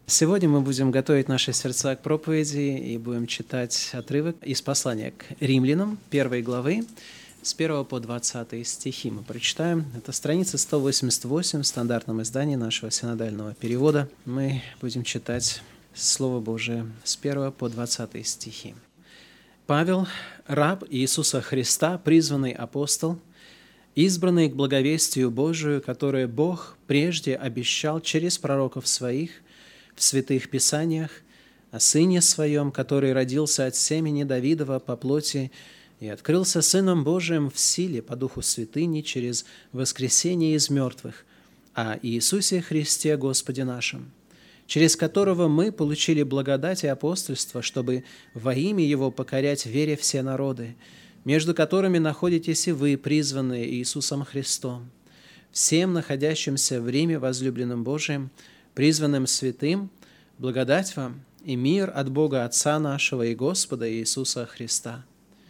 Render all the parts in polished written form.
Сегодня мы будем готовить наши сердца к проповеди и будем читать отрывок из послания к римлянам, 1 главы, с 1 по 20 стихи. Мы прочитаем. Это страница 188 в стандартном издании нашего синодального перевода. Мы будем читать Слово Божие с 1 по 20 стихи. «Павел, раб Иисуса Христа, призванный апостол, избранный к благовестию Божию, которое Бог прежде обещал через пророков своих в святых писаниях, о Сыне Своем, который родился от семени Давидова по плоти и открылся Сыном Божиим в силе по Духу Святыни через воскресение из мертвых, о Иисусе Христе Господе нашим, через которого мы получили благодать и апостольство, чтобы во имя Его покорять вере все народы, между которыми находитесь и вы, призванные Иисусом Христом, всем находящимся в Риме, возлюбленным Божиим, призванным святым, благодать вам и мир от Бога Отца нашего и Господа Иисуса Христа.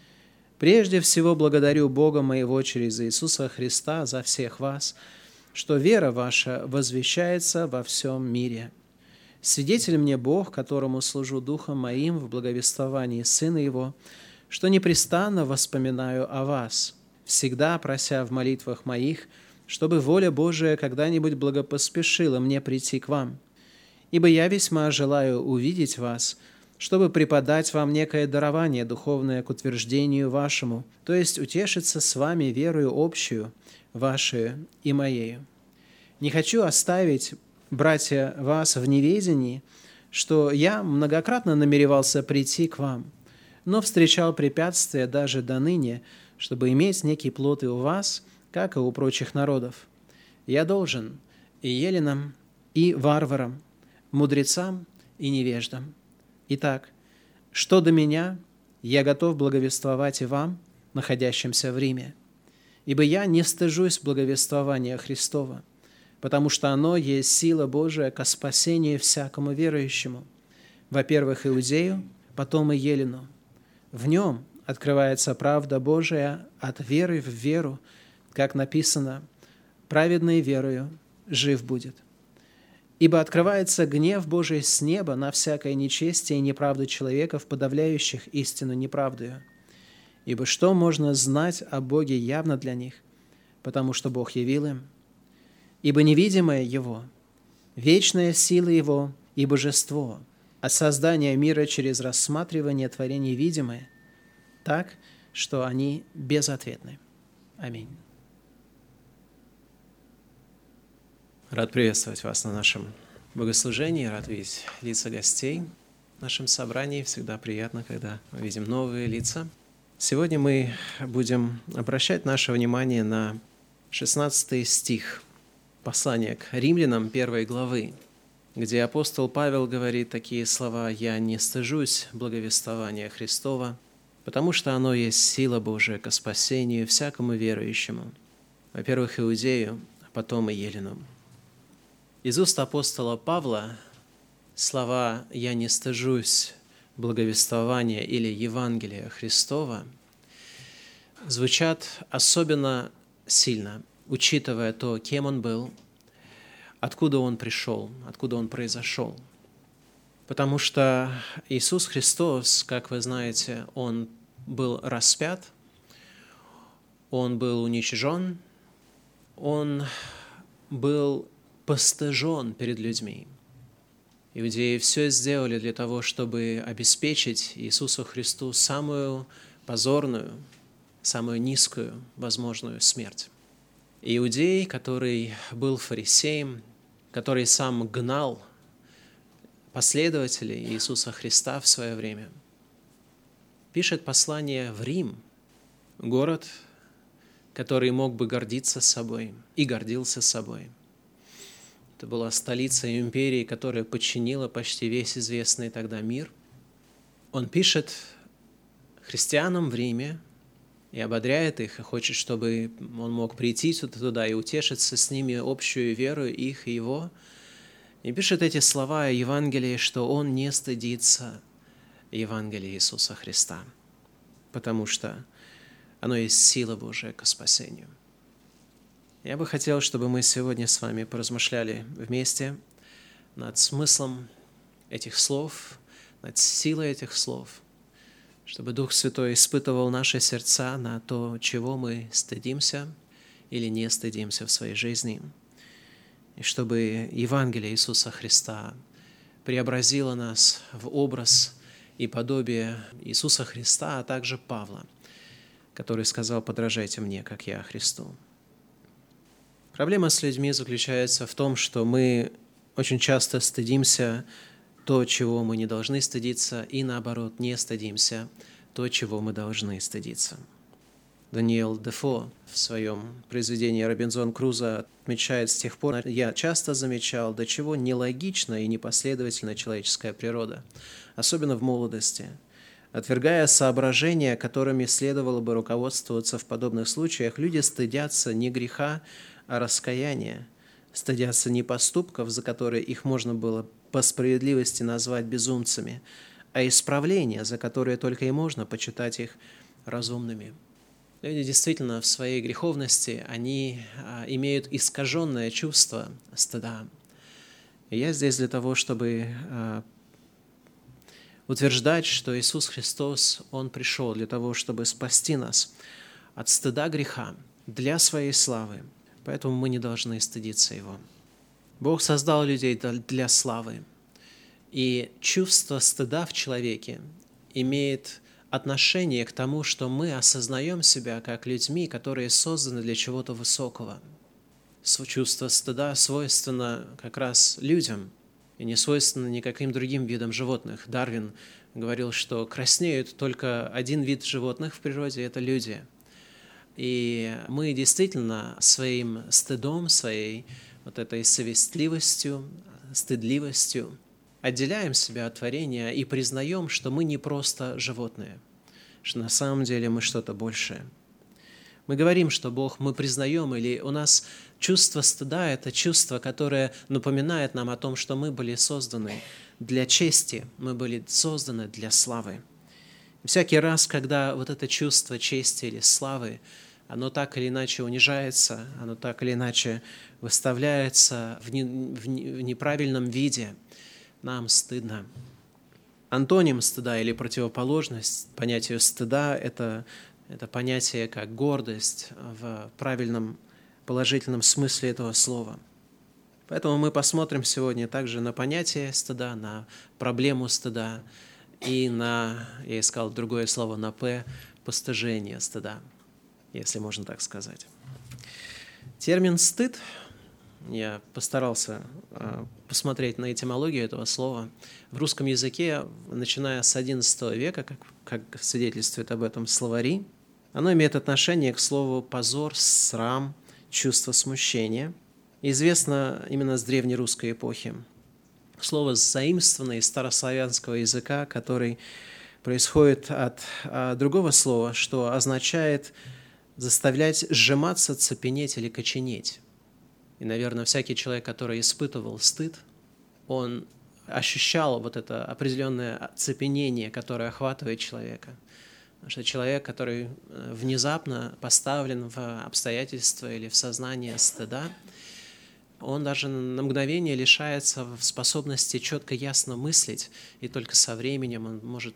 Прежде всего благодарю Бога моего через Иисуса Христа за всех вас, что вера ваша возвещается во всем мире. Свидетель мне Бог, которому служу Духом моим в благовествовании Сына Его, что непрестанно воспоминаю о вас, всегда прося в молитвах моих, чтобы воля Божия когда-нибудь благопоспешила мне прийти к вам. Ибо я весьма желаю увидеть вас, чтобы преподать вам некое дарование духовное к утверждению вашему, то есть утешиться с вами верою общую, вашею и моею. Не хочу оставить, братья, вас в неведении, что я многократно намеревался прийти к вам, но встречал препятствия даже до ныне, чтобы иметь некий плод и у вас, как и у прочих народов. Я должен и еленам, и варварам, мудрецам и невеждам. Итак, что до меня, я готов благовествовать и вам, находящимся в Риме, ибо я не стыжусь благовествования Христова, потому что оно есть сила Божия ко спасению всякому верующему, во-первых, иудею, потом и елену. В нем открывается правда Божия от веры в веру, как написано: «Праведный верою жив будет». Ибо открывается гнев Божий с неба на всякое нечестие и неправду человеков, подавляющих истину неправдою. Ибо что можно знать о Боге явно для них, потому что Бог явил им? Ибо невидимое Его, вечная сила Его и божество, от создания мира через рассматривание творений видимое, так, что они безответны. Аминь. Рад приветствовать вас на нашем богослужении, рад видеть лица гостей в нашем собрании. Всегда приятно, когда мы видим новые лица. Сегодня мы будем обращать наше внимание на 16 стих послания к римлянам 1 главы, где апостол Павел говорит такие слова: «Я не стыжусь благовествования Христова, потому что оно есть сила Божия ко спасению всякому верующему, во-первых, иудею, а потом и елену». Из уст апостола Павла слова «я не стыжусь благовествования» или Евангелия Христова звучат особенно сильно, учитывая то, кем он был, откуда он пришел, откуда он произошел. Потому что Иисус Христос, как вы знаете, Он был распят, Он был уничижен, Он был постыжен перед людьми. Иудеи все сделали для того, чтобы обеспечить Иисусу Христу самую позорную, самую низкую возможную смерть. Иудей, который был фарисеем, который сам гнал последователей Иисуса Христа в свое время, пишет послание в Рим, город, который мог бы гордиться собой и гордился собой. Это была столица империи, которая подчинила почти весь известный тогда мир. Он пишет христианам в Риме и ободряет их, и хочет, чтобы он мог прийти туда и утешиться с ними общую веру их и его. И пишет эти слова о Евангелии, что он не стыдится Евангелия Иисуса Христа, потому что оно есть сила Божия ко спасению. Я бы хотел, чтобы мы сегодня с вами поразмышляли вместе над смыслом этих слов, над силой этих слов, чтобы Дух Святой испытывал наши сердца на то, чего мы стыдимся или не стыдимся в своей жизни, и чтобы Евангелие Иисуса Христа преобразило нас в образ и подобие Иисуса Христа, а также Павла, который сказал: «Подражайте мне, как я Христу». Проблема с людьми заключается в том, что мы очень часто стыдимся то, чего мы не должны стыдиться, и наоборот, не стыдимся то, чего мы должны стыдиться. Даниэл Дефо в своем произведении «Робинзон Крузо» отмечает: «С тех пор я часто замечал, до чего нелогична и непоследовательна человеческая природа, особенно в молодости. Отвергая соображения, которыми следовало бы руководствоваться в подобных случаях, люди стыдятся не греха, а раскаяния, стыдятся не поступков, за которые их можно было по справедливости назвать безумцами, а исправления, за которые только и можно почитать их разумными». Люди действительно в своей греховности, они имеют искаженное чувство стыда. И я здесь для того, чтобы утверждать, что Иисус Христос, Он пришел для того, чтобы спасти нас от стыда греха для своей славы, поэтому мы не должны стыдиться Его. Бог создал людей для славы, и чувство стыда в человеке имеет отношение к тому, что мы осознаем себя как людьми, которые созданы для чего-то высокого. Чувство стыда свойственно как раз людям и не свойственно никаким другим видам животных. Дарвин говорил, что краснеют только один вид животных в природе – это люди. И мы действительно своим стыдом, своей вот этой совестливостью, стыдливостью отделяем себя от творения и признаем, что мы не просто животные, что на самом деле мы что-то большее. Мы говорим, что Бог, мы признаем, или у нас чувство стыда – это чувство, которое напоминает нам о том, что мы были созданы для чести, мы были созданы для славы. И всякий раз, когда вот это чувство чести или славы, оно так или иначе унижается, оно так или иначе выставляется в неправильном виде, нам стыдно. Антоним стыда или противоположность понятию стыда – это понятие как гордость в правильном положительном смысле этого слова. Поэтому мы посмотрим сегодня также на понятие стыда, на проблему стыда и на, я искал другое слово на «п», постыжение стыда, если можно так сказать. Термин «стыд», я постарался посмотреть на этимологию этого слова. В русском языке, начиная с XI века, как свидетельствует об этом словари, оно имеет отношение к слову «позор», «срам», «чувство смущения». Известно именно с древнерусской эпохи. Слово заимствовано из старославянского языка, который происходит от другого слова, что означает заставлять сжиматься, цепенеть или коченеть. И, наверное, всякий человек, который испытывал стыд, он ощущал вот это определенное оцепенение, которое охватывает человека. Потому что человек, который внезапно поставлен в обстоятельства или в сознание стыда, он даже на мгновение лишается способности четко, ясно мыслить, и только со временем он может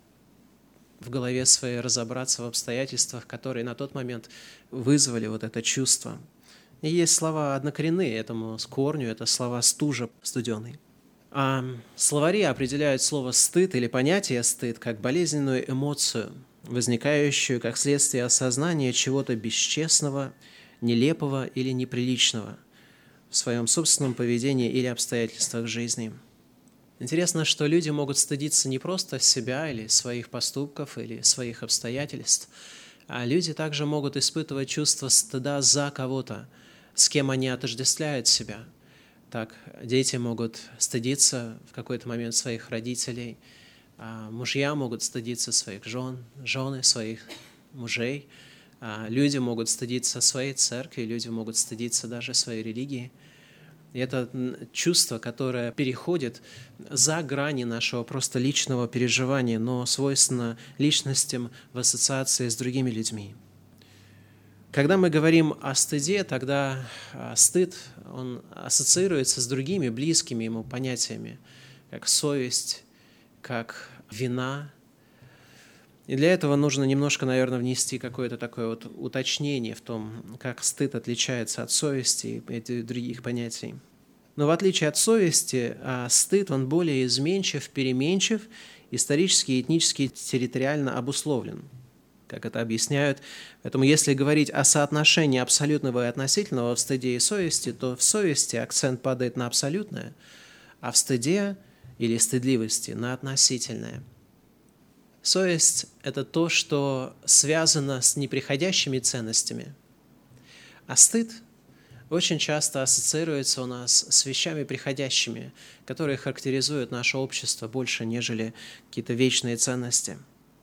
в голове своей разобраться в обстоятельствах, которые на тот момент вызвали вот это чувство. И есть слова однокоренные этому корню, это слова «стужа», «студеный». А словари определяют слово «стыд» или понятие «стыд» как болезненную эмоцию, возникающую как следствие осознания чего-то бесчестного, нелепого или неприличного в своем собственном поведении или обстоятельствах жизни. Интересно, что люди могут стыдиться не просто себя или своих поступков или своих обстоятельств, а люди также могут испытывать чувство стыда за кого-то, с кем они отождествляют себя. Так, дети могут стыдиться в какой-то момент своих родителей, мужья могут стыдиться своих жен, жены своих мужей, люди могут стыдиться своей церкви, люди могут стыдиться даже своей религии. И это чувство, которое переходит за грани нашего просто личного переживания, но свойственно личностям в ассоциации с другими людьми. Когда мы говорим о стыде, тогда стыд, он ассоциируется с другими близкими ему понятиями. как совесть, как вина. И для этого нужно немножко, наверное, внести какое-то такое вот уточнение в том, как стыд отличается от совести и других понятий. Но в отличие от совести, стыд, он более изменчив, переменчив, исторически, этнически, территориально обусловлен, как это объясняют. Поэтому если говорить о соотношении абсолютного и относительного в стыде и совести, то в совести акцент падает на абсолютное, а в стыде или стыдливости на относительное. Совесть – это то, что связано с неприходящими ценностями, а стыд очень часто ассоциируется у нас с вещами приходящими, которые характеризуют наше общество больше, нежели какие-то вечные ценности.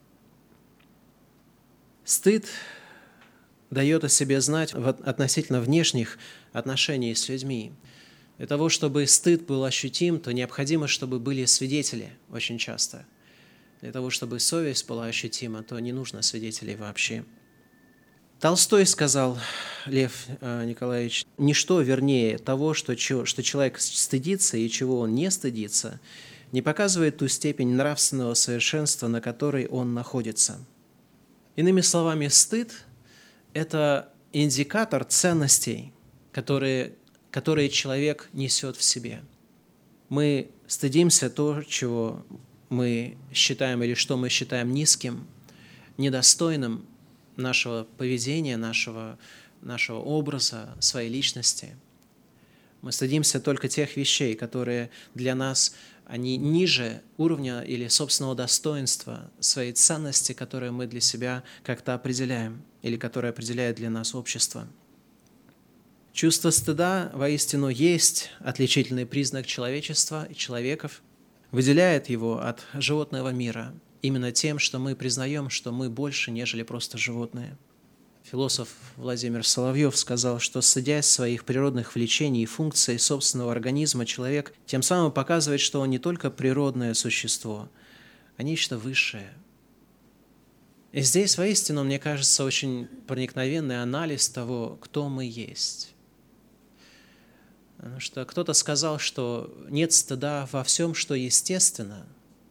Стыд дает о себе знать относительно внешних отношений с людьми. Для того, чтобы стыд был ощутим, то необходимо, чтобы были свидетели очень часто. Для того, чтобы совесть была ощутима, то не нужно свидетелей вообще. Толстой сказал, Лев Николаевич, «Ничто вернее того, что человек стыдится и чего он не стыдится, не показывает ту степень нравственного совершенства, на которой он находится». Иными словами, стыд – это индикатор ценностей, которые человек несет в себе. Мы стыдимся то, чего мы считаем или что мы считаем низким, недостойным нашего поведения, нашего образа, своей личности. Мы стыдимся только тех вещей, которые для нас, они ниже уровня или собственного достоинства, своей ценности, которые мы для себя как-то определяем или которые определяет для нас общество. Чувство стыда воистину есть отличительный признак человечества и человеков, выделяет его от животного мира именно тем, что мы признаем, что мы больше, нежели просто животные. Философ Владимир Соловьев сказал, что, стыдясь своих природных влечений и функций собственного организма, человек тем самым показывает, что он не только природное существо, а нечто высшее. И здесь, воистину, мне кажется, очень проникновенный анализ того, кто мы есть. Потому что кто-то сказал, что нет стыда во всем, что естественно.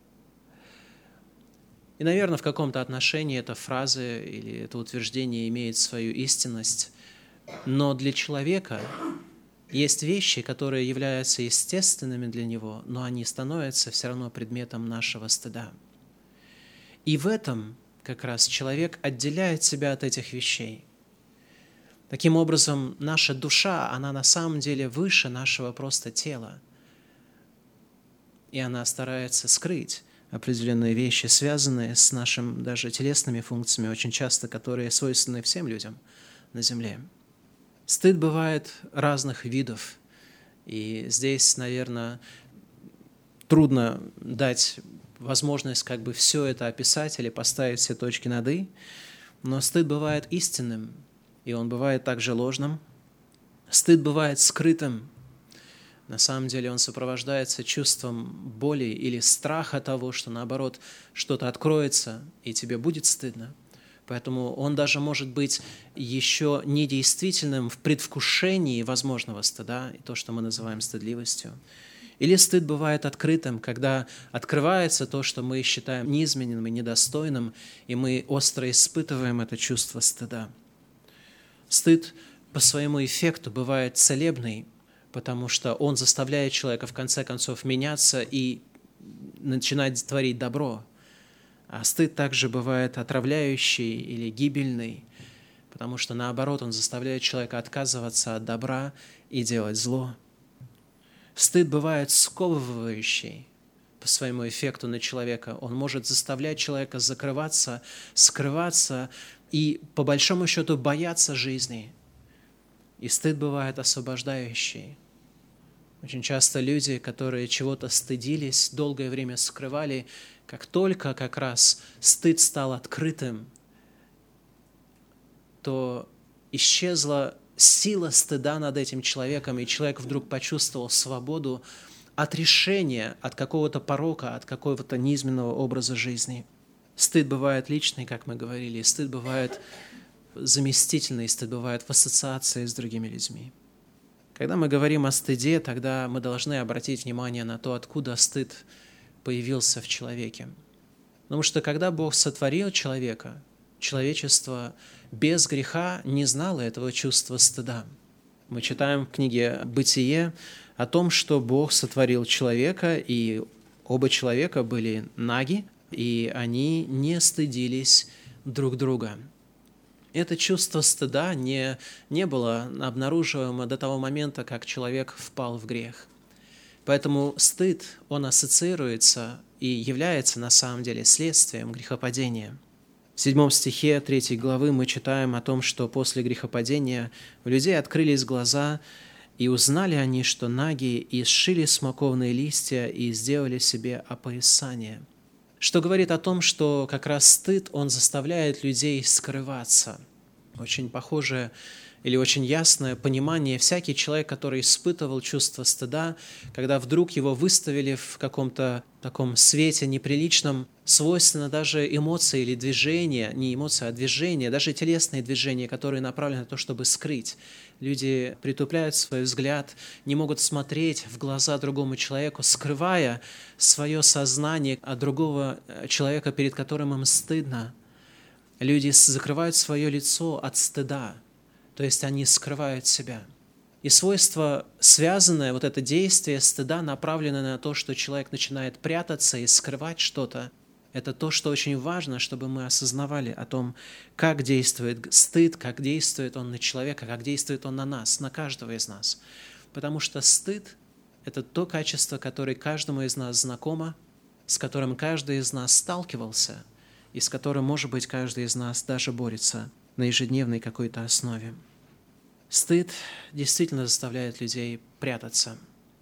И, наверное, в каком-то отношении эта фраза или это утверждение имеет свою истинность. Но для человека есть вещи, которые являются естественными для него, но они становятся все равно предметом нашего стыда. И в этом как раз человек отделяет себя от этих вещей. Таким образом, наша душа, она на самом деле выше нашего просто тела. И она старается скрыть определенные вещи, связанные с нашими даже телесными функциями, очень часто, которые свойственны всем людям на земле. Стыд бывает разных видов. И здесь, наверное, трудно дать возможность как бы все это описать или поставить все точки над «и», но стыд бывает истинным, и он бывает также ложным. Стыд бывает скрытым. На самом деле он сопровождается чувством боли или страха того, что, наоборот, что-то откроется, и тебе будет стыдно. Поэтому он даже может быть еще недействительным в предвкушении возможного стыда, и то, что мы называем стыдливостью. Или стыд бывает открытым, когда открывается то, что мы считаем низменным и недостойным, и мы остро испытываем это чувство стыда. Стыд по своему эффекту бывает целебный, потому что он заставляет человека в конце концов меняться и начинать творить добро. А стыд также бывает отравляющий или гибельный, потому что наоборот он заставляет человека отказываться от добра и делать зло. Стыд бывает сковывающий по своему эффекту на человека. Он может заставлять человека закрываться, скрываться и, по большому счету, бояться жизни. И стыд бывает освобождающий. Очень часто люди, которые чего-то стыдились, долгое время скрывали, как только как раз стыд стал открытым, то исчезла сила стыда над этим человеком, и человек вдруг почувствовал свободу от решения, от какого-то порока, от какого-то низменного образа жизни. Стыд бывает личный, как мы говорили, стыд бывает заместительный, стыд бывает в ассоциации с другими людьми. Когда мы говорим о стыде, тогда мы должны обратить внимание на то, откуда стыд появился в человеке. Потому что когда Бог сотворил человека, человечество без греха не знало этого чувства стыда. Мы читаем в книге «Бытие» о том, что Бог сотворил человека, и оба человека были наги, и они не стыдились друг друга. Это чувство стыда не было обнаруживаемо до того момента, как человек впал в грех. Поэтому стыд, он ассоциируется и является на самом деле следствием грехопадения. В 7 стихе 3 главы мы читаем о том, что после грехопадения у людей открылись глаза, и узнали они, что наги, и сшили смоковные листья, и сделали себе опоясание. Что говорит о том, что как раз стыд, он заставляет людей скрываться. Очень похоже или очень ясное понимание. Всякий человек, который испытывал чувство стыда, когда вдруг его выставили в каком-то таком свете неприличном, свойственно даже эмоции или движения, не эмоции, а движения, даже телесные движения, которые направлены на то, чтобы скрыть. Люди притупляют свой взгляд, не могут смотреть в глаза другому человеку, скрывая свое сознание от другого человека, перед которым им стыдно. Люди закрывают свое лицо от стыда, то есть они скрывают себя. И свойство, связанное, вот это действие стыда, направлено на то, что человек начинает прятаться и скрывать что-то. Это то, что очень важно, чтобы мы осознавали о том, как действует стыд, как действует он на человека, как действует он на нас, на каждого из нас. Потому что стыд – это то качество, которое каждому из нас знакомо, с которым каждый из нас сталкивался, и с которым, может быть, каждый из нас даже борется на ежедневной какой-то основе. Стыд действительно заставляет людей прятаться.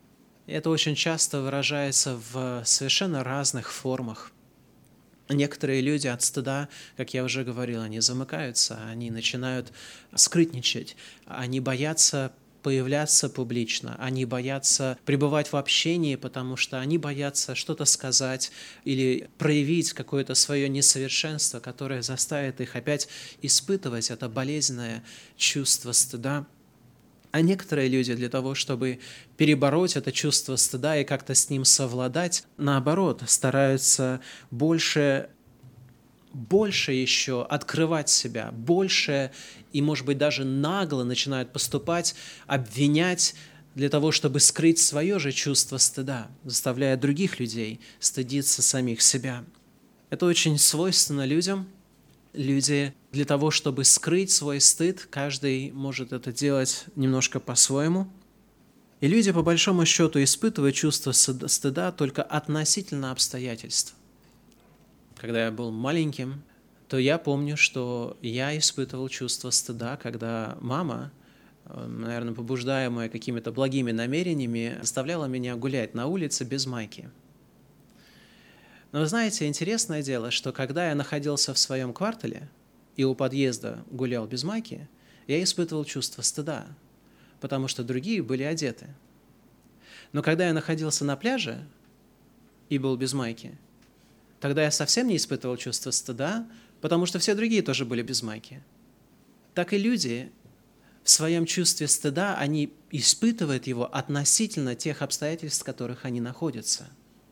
И это очень часто выражается в совершенно разных формах. Некоторые люди от стыда, как я уже говорил, они замыкаются, они начинают скрытничать, они боятся появляться публично, они боятся пребывать в общении, потому что они боятся что-то сказать или проявить какое-то свое несовершенство, которое заставит их опять испытывать это болезненное чувство стыда. А некоторые люди для того, чтобы перебороть это чувство стыда и как-то с ним совладать, наоборот, стараются больше еще открывать себя, больше и, может быть, даже нагло начинают поступать, обвинять для того, чтобы скрыть свое же чувство стыда, заставляя других людей стыдиться самих себя. Это очень свойственно людям. Люди для того, чтобы скрыть свой стыд, каждый может это делать немножко по-своему. И люди, по большому счету, испытывают чувство стыда только относительно обстоятельств. Когда я был маленьким, то я помню, что я испытывал чувство стыда, когда мама, наверное, побуждаемая какими-то благими намерениями, заставляла меня гулять на улице без майки. Но вы знаете, интересное дело, что когда я находился в своем квартале и у подъезда гулял без майки, я испытывал чувство стыда, потому что другие были одеты. Но когда я находился на пляже и был без майки, тогда я совсем не испытывал чувство стыда, потому что все другие тоже были без майки. Так и люди в своем чувстве стыда, они испытывают его относительно тех обстоятельств, в которых они находятся.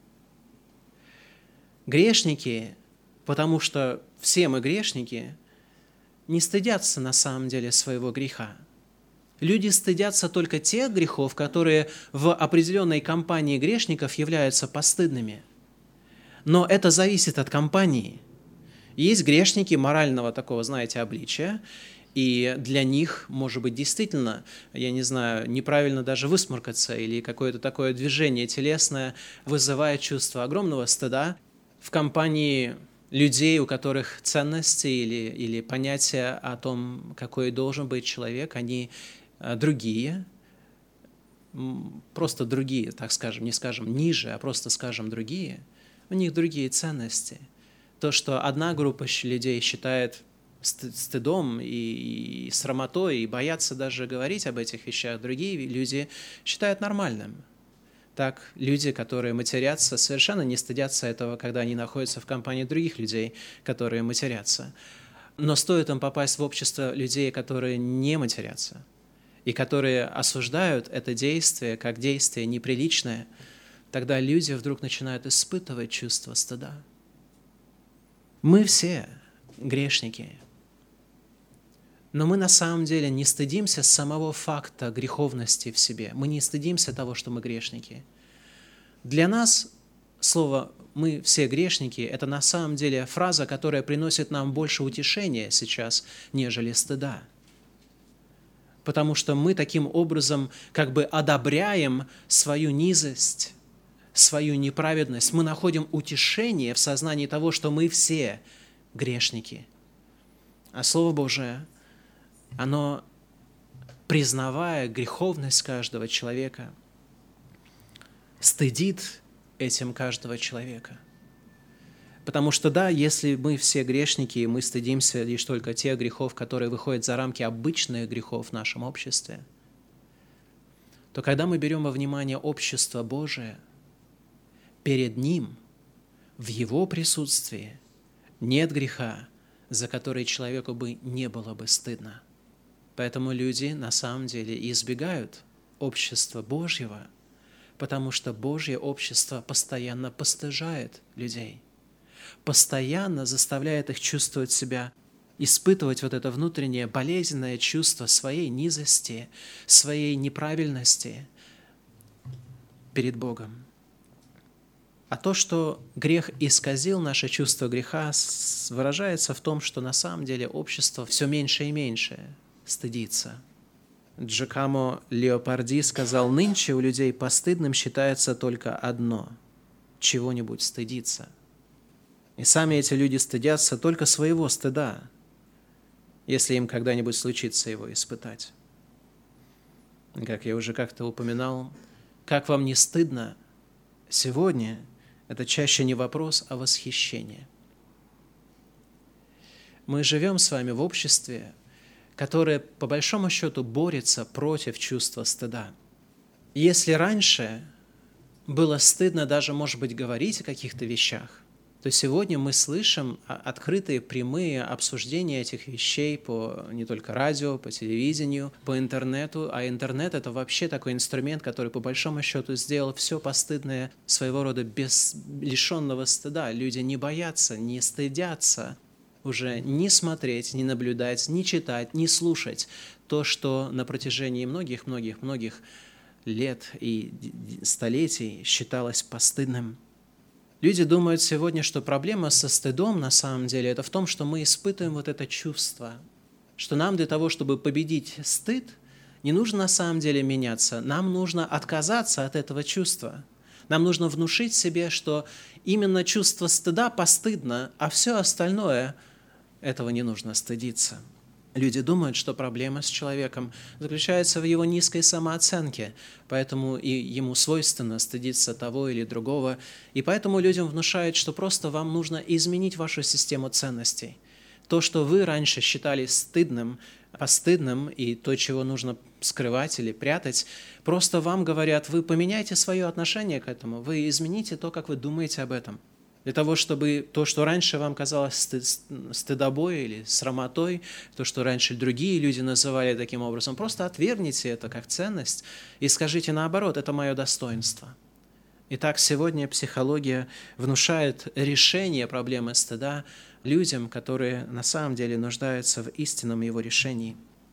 Грешники, потому что все мы грешники, не стыдятся на самом деле своего греха. Люди стыдятся только тех грехов, которые в определенной компании грешников являются постыдными. Но это зависит от компании. Есть грешники морального такого, знаете, обличия, и для них, может быть, действительно, я не знаю, неправильно даже высморкаться или какое-то такое движение телесное вызывает чувство огромного стыда. В компании людей, у которых ценности или понятия о том, какой должен быть человек, они другие, просто другие, так скажем, не скажем ниже, а просто скажем другие, у них другие ценности. То, что одна группа людей считает стыдом и срамотой, и боятся даже говорить об этих вещах, другие люди считают нормальным. Так, люди, которые матерятся, совершенно не стыдятся этого, когда они находятся в компании других людей, которые матерятся. Но стоит им попасть в общество людей, которые не матерятся, и которые осуждают это действие как действие неприличное, тогда люди вдруг начинают испытывать чувство стыда. Мы все грешники, но мы на самом деле не стыдимся самого факта греховности в себе. Мы не стыдимся того, что мы грешники. Для нас слово «мы все грешники» – это на самом деле фраза, которая приносит нам больше утешения сейчас, нежели стыда. Потому что мы таким образом как бы одобряем свою низость, свою неправедность. Мы находим утешение в сознании того, что мы все грешники. А Слово Божие, оно, признавая греховность каждого человека, стыдит этим каждого человека. Потому что да, если мы все грешники, и мы стыдимся лишь только тех грехов, которые выходят за рамки обычных грехов в нашем обществе, то когда мы берем во внимание общество Божие, перед Ним, в Его присутствии, нет греха, за который человеку бы не было бы стыдно. Поэтому люди на самом деле избегают общества Божьего, потому что Божье общество постоянно постыжает людей, постоянно заставляет их чувствовать себя, испытывать вот это внутреннее болезненное чувство своей низости, своей неправильности перед Богом. А то, что грех исказил наше чувство греха, выражается в том, что на самом деле общество все меньше и меньше стыдится. Джакомо Леопарди сказал: «Нынче у людей постыдным считается только одно – чего-нибудь стыдиться». И сами эти люди стыдятся только своего стыда, если им когда-нибудь случится его испытать. Как я уже как-то упоминал, как вам не стыдно сегодня, это чаще не вопрос, а восхищение. Мы живем с вами в обществе, которое по большому счету борется против чувства стыда. Если раньше было стыдно даже, может быть, говорить о каких-то вещах, то сегодня мы слышим открытые, прямые обсуждения этих вещей по не только радио, по телевидению, по интернету. А интернет – это вообще такой инструмент, который по большому счету сделал все постыдное своего рода лишенного стыда. Люди не боятся, не стыдятся уже ни смотреть, ни наблюдать, ни читать, ни слушать то, что на протяжении многих лет и столетий считалось постыдным. Люди думают сегодня, что проблема со стыдом на самом деле это в том, что мы испытываем вот это чувство, что нам для того, чтобы победить стыд, не нужно на самом деле меняться, нам нужно отказаться от этого чувства. Нам нужно внушить себе, что именно чувство стыда постыдно, а все остальное этого не нужно стыдиться. Люди думают, что проблема с человеком заключается в его низкой самооценке, поэтому и ему свойственно стыдиться того или другого, и поэтому людям внушают, что просто вам нужно изменить вашу систему ценностей. То, что вы раньше считали стыдным, постыдным, и то, чего нужно скрывать или прятать, просто вам говорят: вы поменяйте свое отношение к этому, вы измените то, как вы думаете об этом. Для того, чтобы то, что раньше вам казалось стыдобой или срамотой, то, что раньше другие люди называли таким образом, просто отвергните это как ценность и скажите наоборот: это мое достоинство. Итак, сегодня психология внушает решение проблемы стыда людям, которые на самом деле нуждаются в истинном его решении.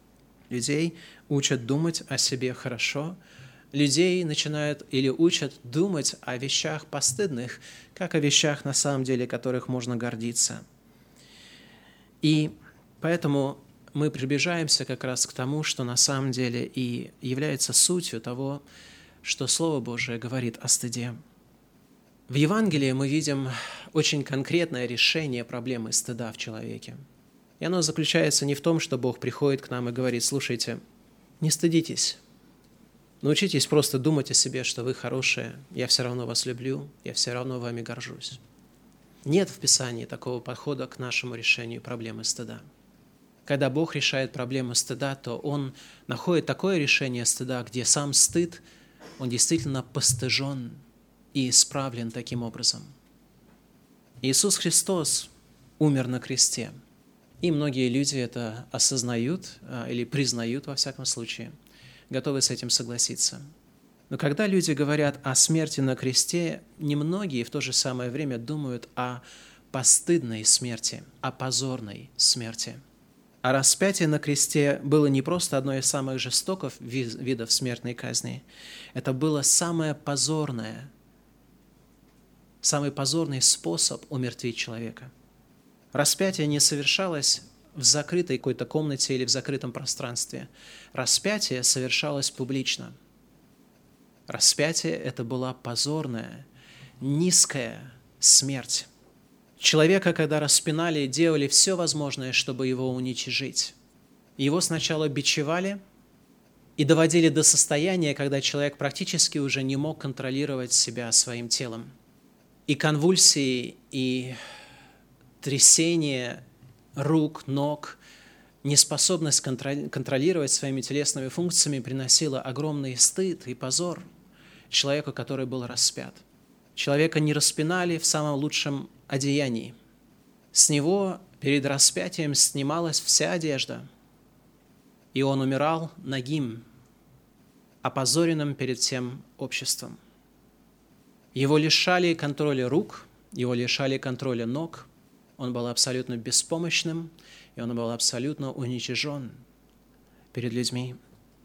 Людей учат думать о себе хорошо, людей начинают или учат думать о вещах постыдных, как о вещах, на самом деле, которых можно гордиться. И поэтому мы приближаемся как раз к тому, что на самом деле и является сутью того, что Слово Божие говорит о стыде. В Евангелии мы видим очень конкретное решение проблемы стыда в человеке. И оно заключается не в том, что Бог приходит к нам и говорит: слушайте, не стыдитесь, научитесь просто думать о себе, что вы хорошие, я все равно вас люблю, я все равно вами горжусь. Нет в Писании такого подхода к нашему решению проблемы стыда. Когда Бог решает проблему стыда, то Он находит такое решение стыда, где сам стыд, он действительно постыжен и исправлен таким образом. Иисус Христос умер на кресте, и многие люди это осознают или признают во всяком случае. готовы с этим согласиться. Но когда люди говорят о смерти на кресте, немногие в то же самое время думают о постыдной смерти, о позорной смерти. А распятие на кресте было не просто одной из самых жестоких видов смертной казни. Это было самый позорный способ умертвить человека. Распятие не совершалось в закрытой какой-то комнате или в закрытом пространстве. Распятие совершалось публично. Распятие – это была позорная, низкая смерть. Человека, когда распинали, делали все возможное, чтобы его уничижить. Его сначала бичевали и доводили до состояния, когда человек практически уже не мог контролировать себя своим телом. И конвульсии, и трясение рук, ног, неспособность контролировать своими телесными функциями приносила огромный стыд и позор человеку, который был распят. Человека не распинали в самом лучшем одеянии. С него перед распятием снималась вся одежда, и он умирал нагим, опозоренным перед всем обществом. Его лишали контроля рук, его лишали контроля ног, он был абсолютно беспомощным, и он был абсолютно уничижен перед людьми.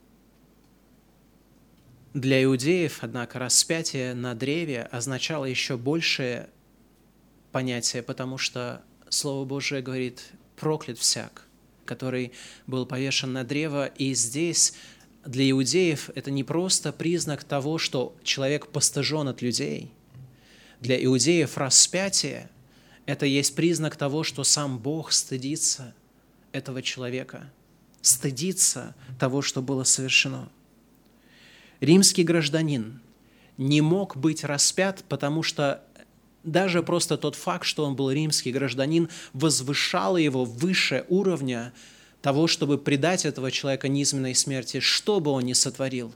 Для иудеев, однако, распятие на древе означало еще большее понятие, потому что Слово Божие говорит «проклят всяк», который был повешен на древо, и здесь для иудеев это не просто признак того, что человек постыжен от людей. Для иудеев распятие – это есть признак того, что сам Бог стыдится этого человека, стыдится того, что было совершено. Римский гражданин не мог быть распят, потому что даже просто тот факт, что он был римский гражданин, возвышало его выше уровня того, чтобы предать этого человека низменной смерти, что бы он ни сотворил.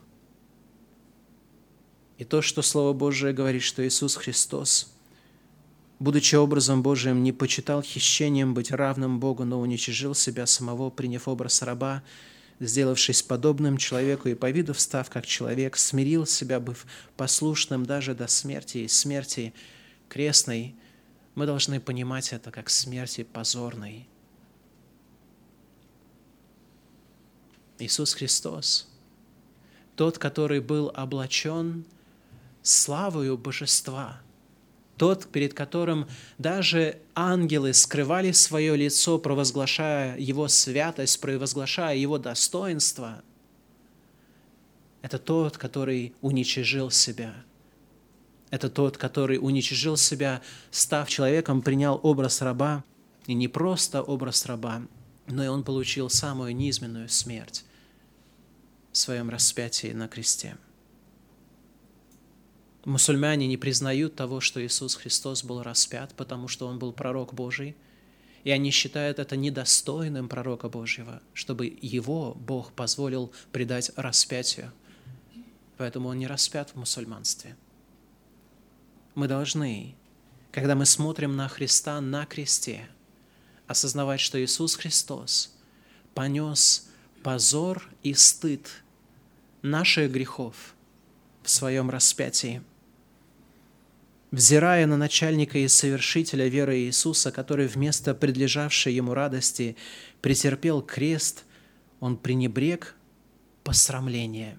И то, что Слово Божие говорит, что Иисус Христос, будучи образом Божиим, не почитал хищением быть равным Богу, но уничижил себя самого, приняв образ раба, сделавшись подобным человеку и по виду встав как человек, смирил себя, быв послушным даже до смерти и смерти крестной, мы должны понимать это как смерти позорной. Иисус Христос, тот, который был облачен славою Божества, тот, перед которым даже ангелы скрывали свое лицо, провозглашая Его святость, провозглашая Его достоинство, это тот, который уничижил себя. Это тот, который уничижил себя, став человеком, принял образ раба, и не просто образ раба, но и он получил самую низменную смерть в своем распятии на кресте. Мусульмане не признают того, что Иисус Христос был распят, потому что Он был пророк Божий, и они считают это недостойным пророка Божьего, чтобы Его Бог позволил предать распятию. Поэтому Он не распят в мусульманстве. Мы должны, когда мы смотрим на Христа на кресте, осознавать, что Иисус Христос понес позор и стыд наших грехов в своем распятии. Взирая на начальника и совершителя веры Иисуса, который вместо предлежавшей ему радости претерпел крест, он пренебрег посрамление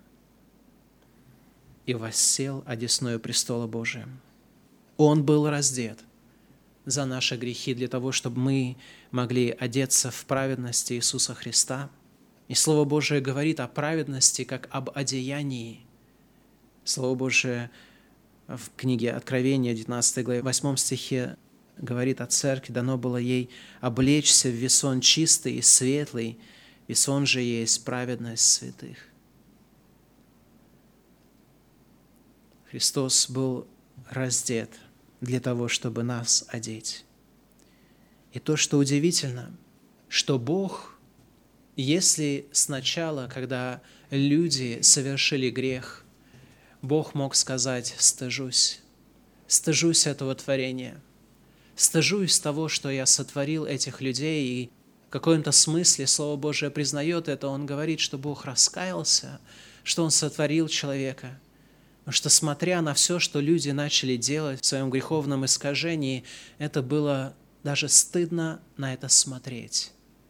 и воссел одесную престола Божия. Он был раздет за наши грехи для того, чтобы мы могли одеться в праведность Иисуса Христа. И Слово Божие говорит о праведности как об одеянии. Слово Божие в книге Откровения, 19 главе, 8 стихе говорит о церкви: дано было ей облечься в весон чистый и светлый, весон же есть праведность святых. Христос был раздет для того, чтобы нас одеть. И то, что удивительно, что Бог, если сначала, когда люди совершили грех, Бог мог сказать: стыжусь этого творения, стыжусь того, что я сотворил этих людей, и в каком-то смысле Слово Божие признает это. Он говорит, что Бог раскаялся что Он сотворил человека. Потому что, смотря на все, что люди начали делать в своем греховном искажении, это было даже стыдно на это смотреть.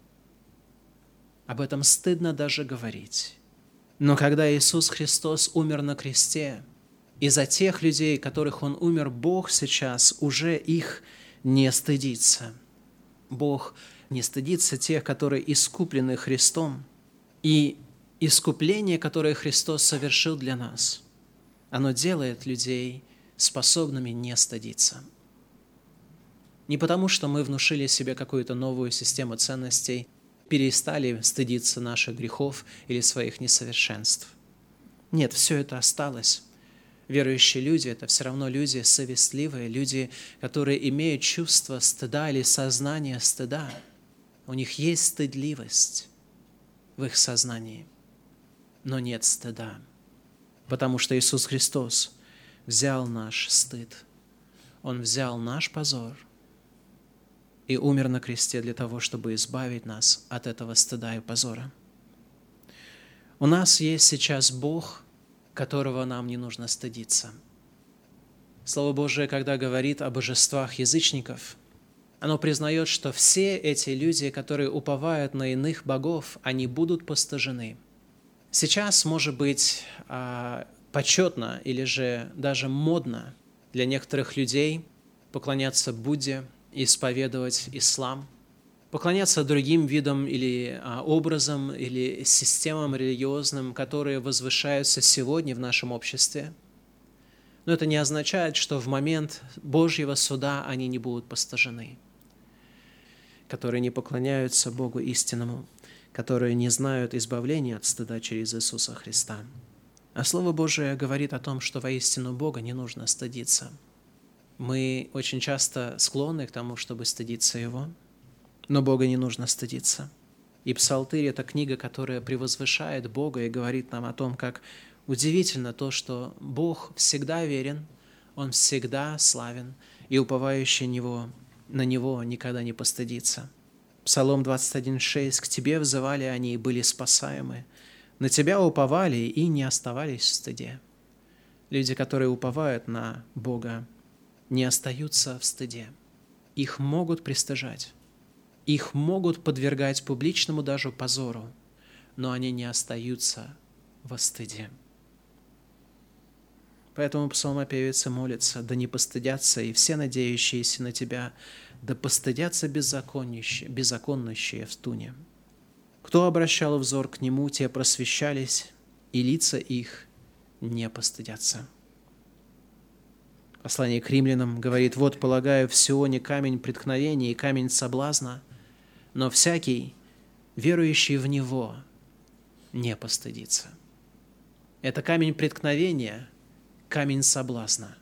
Об этом стыдно даже говорить. Но когда Иисус Христос умер на кресте, и за тех людей, которых Он умер, Бог сейчас уже их не стыдится. Бог не стыдится тех, которые искуплены Христом. И искупление, которое Христос совершил для нас, оно делает людей способными не стыдиться. Не потому, что мы внушили себе какую-то новую систему ценностей, перестали стыдиться наших грехов или своих несовершенств. Нет, все это осталось. Верующие люди – это все равно люди совестливые, люди, которые имеют чувство стыда или сознание стыда. У них есть стыдливость в их сознании, но нет стыда, потому что Иисус Христос взял наш стыд, Он взял наш позор и умер на кресте для того, чтобы избавить нас от этого стыда и позора. У нас есть сейчас Бог, которого нам не нужно стыдиться. Слово Божие, когда говорит о божествах язычников, оно признает, что все эти люди, которые уповают на иных богов, они будут постыжены. Сейчас, может быть, почетно или же даже модно для некоторых людей поклоняться Будде, исповедовать ислам, поклоняться другим видам или образам, или системам религиозным, которые возвышаются сегодня в нашем обществе. Но это не означает, что в момент Божьего суда они не будут постыжены, которые не поклоняются Богу истинному, которые не знают избавления от стыда через Иисуса Христа. А Слово Божие говорит о том, что воистину Бога не нужно стыдиться. Мы очень часто склонны к тому, чтобы стыдиться Его, но Бога не нужно стыдиться. И Псалтырь – это книга, которая превозвышает Бога и говорит нам о том, как удивительно то, что Бог всегда верен, Он всегда славен, и уповающий на Него никогда не постыдится. Псалом 21:6: «К Тебе взывали они и были спасаемы, на Тебя уповали и не оставались в стыде». Люди, которые уповают на Бога, не остаются в стыде. Их могут пристыжать. Их могут подвергать публичному даже позору, но они не остаются во стыде. Поэтому псалмопевец молится: «Да не постыдятся и все надеющиеся на Тебя, да постыдятся беззаконнющие в туне. Кто обращал взор к Нему, те просвещались, и лица их не постыдятся». Послание к римлянам говорит: «Вот полагаю в Сионе камень преткновения и камень соблазна, но всякий, верующий в Него, не постыдится». Это камень преткновения, камень соблазна.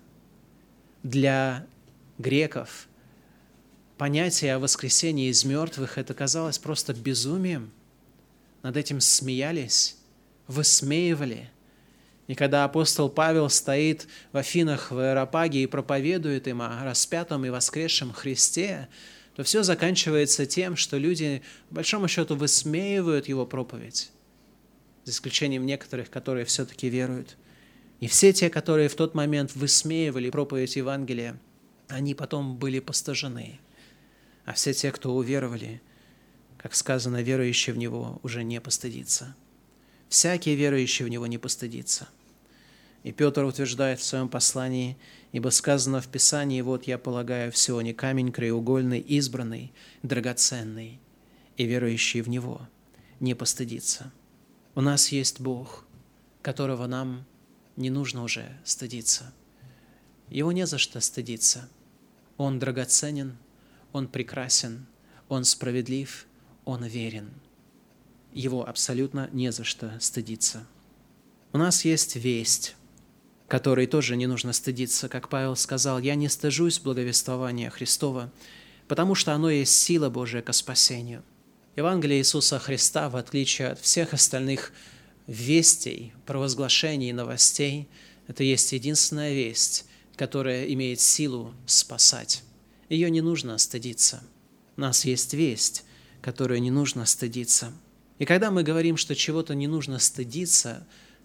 Для греков понятие о воскресении из мертвых это казалось просто безумием. Над этим смеялись, высмеивали. И когда апостол Павел стоит в Афинах, в Ареопаге и проповедует им о распятом и воскресшем Христе, то все заканчивается тем, что люди, по большому счету, высмеивают его проповедь, за исключением некоторых, которые все-таки веруют. И все те, которые в тот момент высмеивали проповедь Евангелия, они потом были постыжены. А все те, кто уверовали, как сказано, верующий в Него уже не постыдится. Всякий верующий в Него не постыдится. И Петр утверждает в своем послании: «Ибо сказано в Писании: вот я полагаю в Сионе камень краеугольный, избранный, драгоценный, и верующий в Него не постыдится». У нас есть Бог, которого нам не нужно уже стыдиться. Его не за что стыдиться. Он драгоценен, Он прекрасен, Он справедлив, Он верен. Его абсолютно не за что стыдиться. У нас есть весть, которой тоже не нужно стыдиться. Как Павел сказал: «Я не стыжусь благовествования Христова, потому что оно есть сила Божия ко спасению». Евангелие Иисуса Христа, в отличие от всех остальных вестей, провозглашений и новостей, это есть единственная весть, которая имеет силу спасать. Ее не нужно стыдиться. У нас есть весть, которую не нужно стыдиться. И когда мы говорим, что чего-то не нужно стыдиться,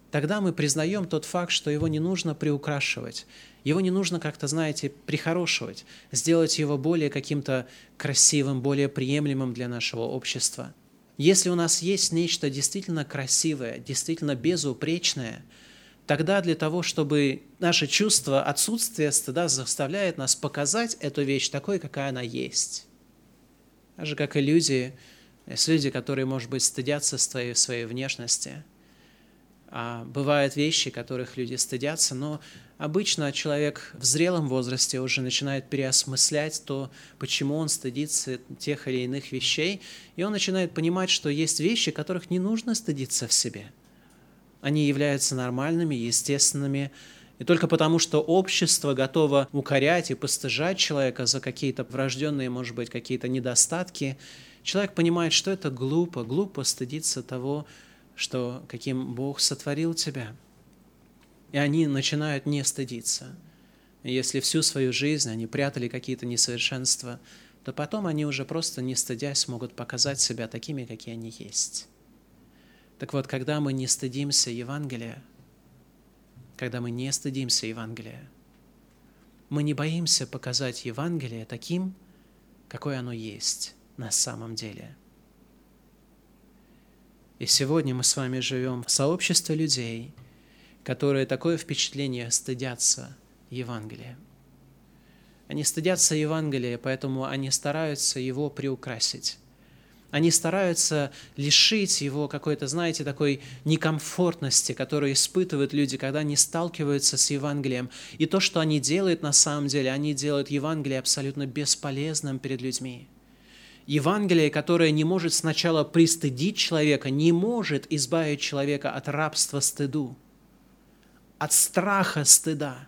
тогда мы признаем тот факт, что его не нужно приукрашивать, его не нужно как-то, знаете, прихорошивать, сделать его более каким-то красивым, более приемлемым для нашего общества. Если у нас есть нечто действительно красивое, действительно безупречное, тогда для того, чтобы наше чувство отсутствия стыда заставляет нас показать эту вещь такой, какая она есть. Так же, как и люди, есть люди, которые, может быть, стыдятся своей внешности. А бывают вещи, которых люди стыдятся, но обычно человек в зрелом возрасте уже начинает переосмыслять то, почему он стыдится тех или иных вещей, и он начинает понимать, что есть вещи, которых не нужно стыдиться в себе. Они являются нормальными, естественными, и только потому, что общество готово укорять и постыжать человека за какие-то врожденные, может быть, какие-то недостатки, человек понимает, что это глупо стыдиться того, что каким Бог сотворил тебя. И они начинают не стыдиться. И если всю свою жизнь они прятали какие-то несовершенства, то потом они уже просто не стыдясь могут показать себя такими, какие они есть. Так вот, когда мы не стыдимся Евангелия, мы не боимся показать Евангелие таким, какое оно есть на самом деле. И сегодня мы с вами живем в сообществе людей, которые такое впечатление стыдятся Евангелия. Они стыдятся Евангелия, поэтому они стараются его приукрасить. Они стараются лишить его какой-то, знаете, такой некомфортности, которую испытывают люди, когда они сталкиваются с Евангелием. И то, что они делают на самом деле, они делают Евангелие абсолютно бесполезным перед людьми. Евангелие, которое не может сначала пристыдить человека, не может избавить человека от рабства стыду, от страха стыда.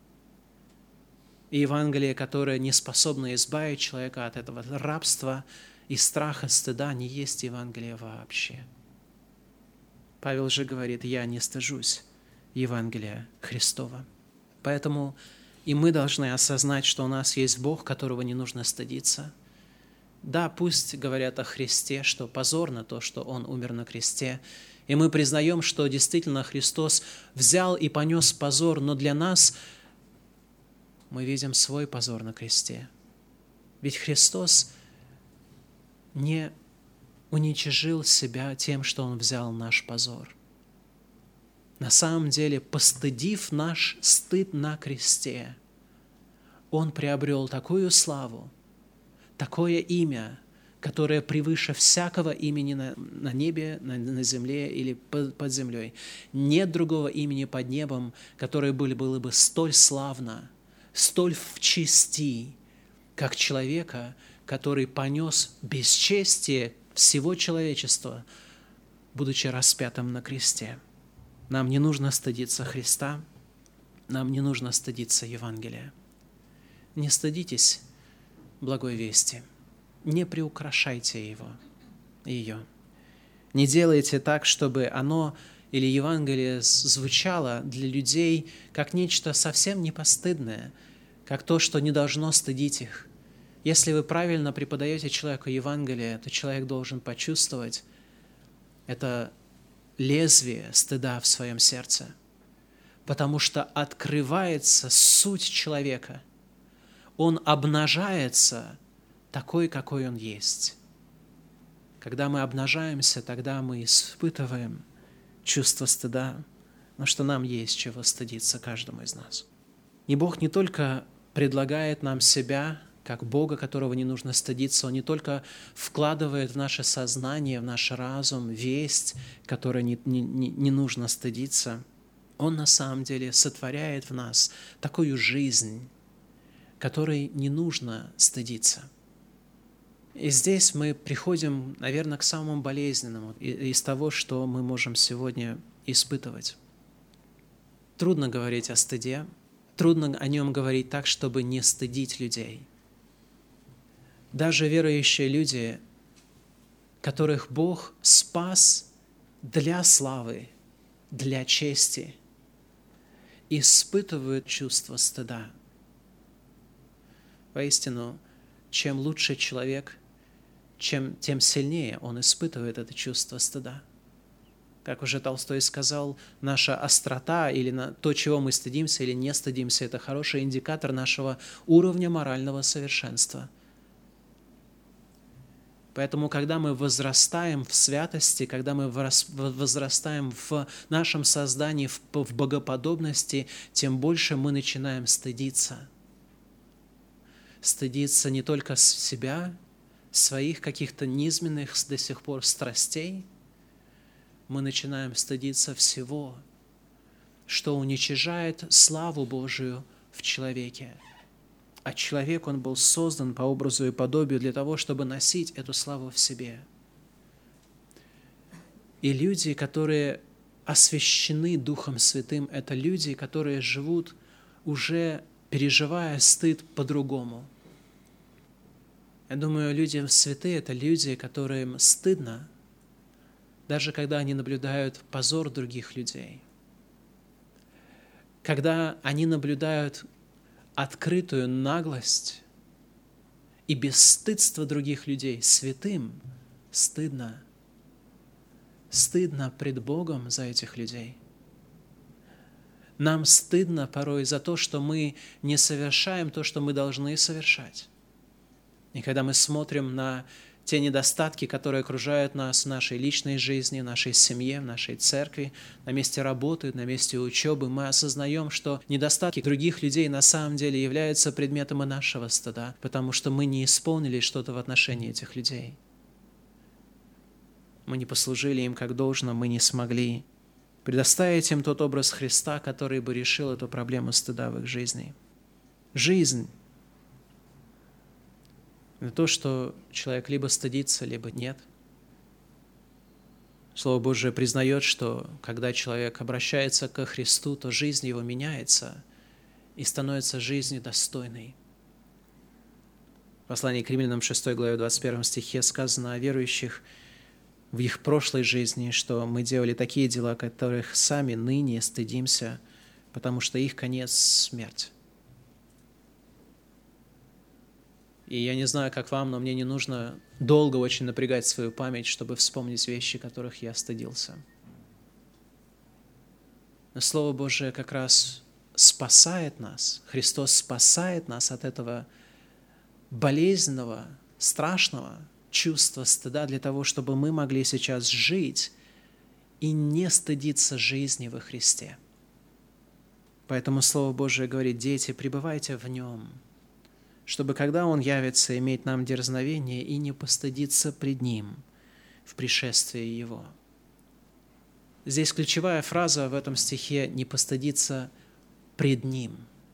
И Евангелие, которое не способно избавить человека от этого рабства и страха стыда, не есть Евангелие вообще. Павел же говорит: «Я не стыжусь Евангелия Христова». Поэтому и мы должны осознать, что у нас есть Бог, которого не нужно стыдиться. Да, пусть говорят о Христе, что позорно то, что Он умер на кресте, и мы признаем, что действительно Христос взял и понес позор, но для нас мы видим свой позор на кресте. Ведь Христос не уничижил себя тем, что Он взял наш позор. На самом деле, постыдив наш стыд на кресте, Он приобрел такую славу, такое имя, которое превыше всякого имени на небе, на земле или под землей. Нет другого имени под небом, которое было бы столь славно, столь в чести, как человека, который понес бесчестие всего человечества, будучи распятым на кресте. Нам не нужно стыдиться Христа, нам не нужно стыдиться Евангелия. Не стыдитесь благой вести, не приукрашайте ее. Не делайте так, чтобы оно или Евангелие звучало для людей как нечто совсем непостыдное, как то, что не должно стыдить их. Если вы правильно преподаете человеку Евангелие, то человек должен почувствовать это лезвие стыда в своем сердце, потому что открывается суть человека. Он обнажается такой, какой он есть. Когда мы обнажаемся, тогда мы испытываем чувство стыда, но что нам есть чего стыдиться каждому из нас. И Бог не только предлагает нам себя, как Бога, которого не нужно стыдиться, Он не только вкладывает в наше сознание, в наш разум весть, которой не нужно стыдиться. Он на самом деле сотворяет в нас такую жизнь, которой не нужно стыдиться. И здесь мы приходим, наверное, к самому болезненному из того, что мы можем сегодня испытывать. Трудно говорить о стыде, трудно о нем говорить так, чтобы не стыдить людей. Даже верующие люди, которых Бог спас для славы, для чести, испытывают чувство стыда. Воистину, чем лучше человек, тем сильнее он испытывает это чувство стыда. Как уже Толстой сказал, наша острота или то, чего мы стыдимся или не стыдимся, это хороший индикатор нашего уровня морального совершенства. Поэтому, когда мы возрастаем в святости, когда мы возрастаем в нашем создании, в богоподобности, тем больше мы начинаем стыдиться. Стыдиться не только себя, своих каких-то низменных до сих пор страстей, мы начинаем стыдиться всего, что уничижает славу Божию в человеке. А человек, он был создан по образу и подобию для того, чтобы носить эту славу в себе. И люди, которые освящены Духом Святым, это люди, которые живут, уже переживая стыд по-другому. Я думаю, люди святые – это люди, которым стыдно, даже когда они наблюдают позор других людей. Когда они наблюдают открытую наглость и бесстыдство других людей, святым стыдно. Стыдно пред Богом за этих людей. Нам стыдно порой за то, что мы не совершаем то, что мы должны совершать. И когда мы смотрим на те недостатки, которые окружают нас в нашей личной жизни, в нашей семье, в нашей церкви, на месте работы, на месте учебы, мы осознаем, что недостатки других людей на самом деле являются предметом и нашего стыда, потому что мы не исполнили что-то в отношении этих людей. Мы не послужили им как должно, мы не смогли предоставить им тот образ Христа, который бы решил эту проблему стыда в их жизни. Жизнь – это то, что человек либо стыдится, либо нет. Слово Божие признает, что когда человек обращается ко Христу, то жизнь его меняется и становится жизнью достойной. В послании к Римлянам 6 главе 21 стихе сказано о верующих в их прошлой жизни, что мы делали такие дела, которых сами ныне стыдимся, потому что их конец – смерть. И я не знаю, как вам, но мне не нужно долго очень напрягать свою память, чтобы вспомнить вещи, которых я стыдился. Но Слово Божие как раз спасает нас. Христос спасает нас от этого болезненного, страшного чувства стыда для того, чтобы мы могли сейчас жить и не стыдиться жизни во Христе. Поэтому Слово Божие говорит: дети, пребывайте в Нем, чтобы, когда Он явится, иметь нам дерзновение и не постыдиться пред Ним в пришествии Его. Здесь ключевая фраза в этом стихе – «не постыдиться пред Ним».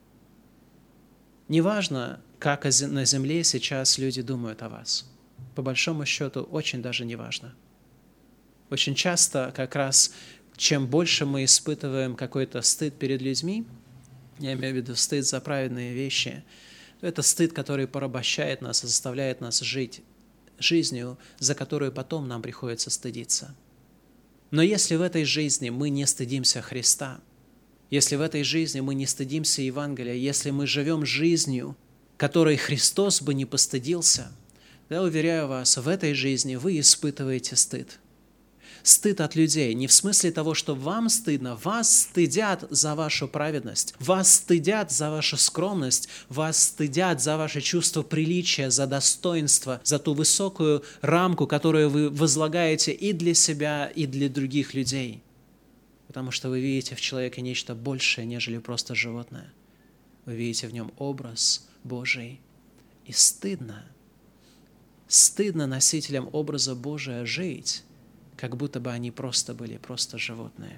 Неважно, как на земле сейчас люди думают о вас. По большому счету, очень даже не важно. Очень часто как раз, чем больше мы испытываем какой-то стыд перед людьми, я имею в виду стыд за праведные вещи, то это стыд, который порабощает нас и заставляет нас жить жизнью, за которую потом нам приходится стыдиться. Но если в этой жизни мы не стыдимся Христа, если в этой жизни мы не стыдимся Евангелия, если мы живем жизнью, которой Христос бы не постыдился, то я уверяю вас, в этой жизни вы испытываете стыд. Стыд от людей, не в смысле того, что вам стыдно, вас стыдят за вашу праведность, вас стыдят за вашу скромность, вас стыдят за ваше чувство приличия, за достоинство, за ту высокую рамку, которую вы возлагаете и для себя, и для других людей. Потому что вы видите в человеке нечто большее, нежели просто животное. Вы видите в нем образ Божий. И стыдно носителям образа Божия жить, как будто бы они просто были животные.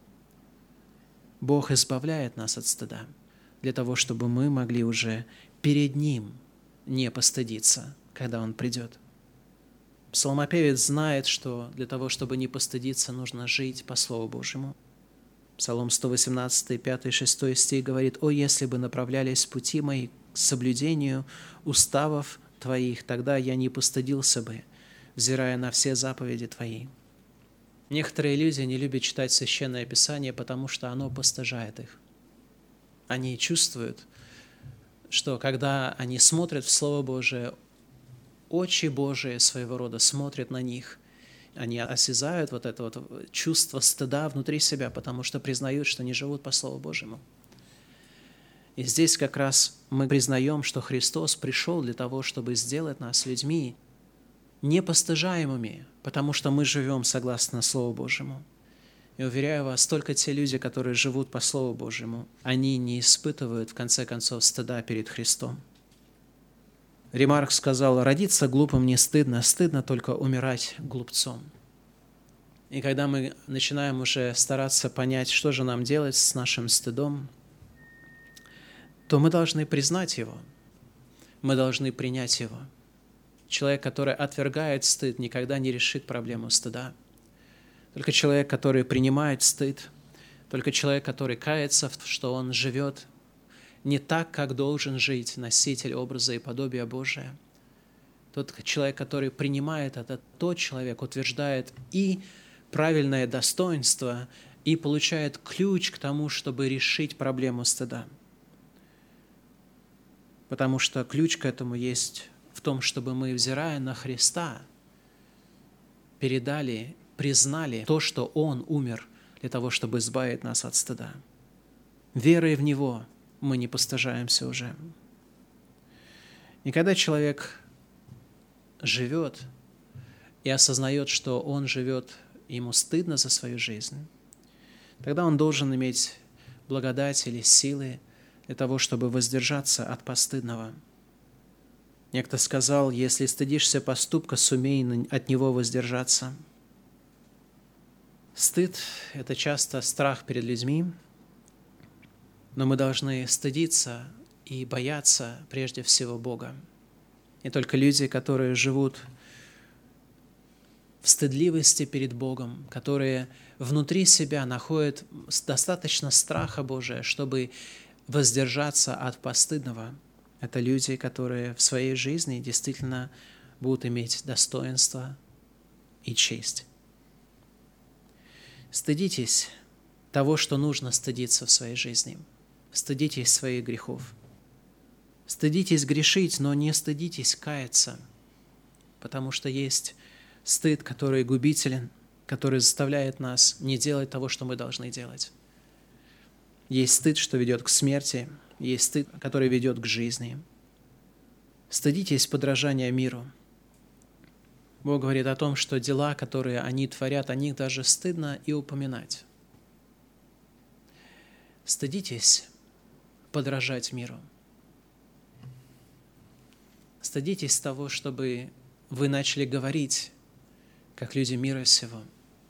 Бог избавляет нас от стыда для того, чтобы мы могли уже перед Ним не постыдиться, когда Он придет. Псалмопевец знает, что для того, чтобы не постыдиться, нужно жить по Слову Божьему. Псалом 118, 5, 6 стих говорит: «О, если бы направлялись пути мои к соблюдению уставов Твоих, тогда я не постыдился бы, взирая на все заповеди Твои». Некоторые люди не любят читать Священное Писание, потому что оно постыжает их. Они чувствуют, что когда они смотрят в Слово Божие, очи Божие своего рода смотрят на них, они осязают вот это вот чувство стыда внутри себя, потому что признают, что не живут по Слову Божьему. И здесь как раз мы признаем, что Христос пришел для того, чтобы сделать нас людьми непостыжаемыми, потому что мы живем согласно Слову Божьему. И уверяю вас, только те люди, которые живут по Слову Божьему, они не испытывают, в конце концов, стыда перед Христом. Ремарк сказал: «Родиться глупым не стыдно, стыдно только умирать глупцом». И когда мы начинаем уже стараться понять, что же нам делать с нашим стыдом, то мы должны признать его, мы должны принять его. Человек, который отвергает стыд, никогда не решит проблему стыда. Только человек, который принимает стыд, только человек, который кается, что он живет не так, как должен жить носитель образа и подобия Божия. Тот человек, который принимает это, тот человек утверждает и правильное достоинство, и получает ключ к тому, чтобы решить проблему стыда. Потому что ключ к этому есть в том, чтобы мы, взирая на Христа, передали, признали то, что Он умер для того, чтобы избавить нас от стыда. Верой в Него мы не постыжаемся уже. И когда человек живет и осознает, что он живет, ему стыдно за свою жизнь, тогда он должен иметь благодать или силы для того, чтобы воздержаться от постыдного. Некто сказал: если стыдишься поступка, сумей от него воздержаться. Стыд – это часто страх перед людьми, но мы должны стыдиться и бояться прежде всего Бога. И только люди, которые живут в стыдливости перед Богом, которые внутри себя находят достаточно страха Божия, чтобы воздержаться от постыдного, это люди, которые в своей жизни действительно будут иметь достоинство и честь. Стыдитесь того, что нужно стыдиться в своей жизни. Стыдитесь своих грехов. Стыдитесь грешить, но не стыдитесь каяться, потому что есть стыд, который губителен, который заставляет нас не делать того, что мы должны делать. Есть стыд, что ведет к смерти, есть стыд, который ведет к жизни. Стыдитесь подражания миру. Бог говорит о том, что дела, которые они творят, о них даже стыдно и упоминать. Стыдитесь подражать миру. Стыдитесь того, чтобы вы начали говорить, как люди мира сего.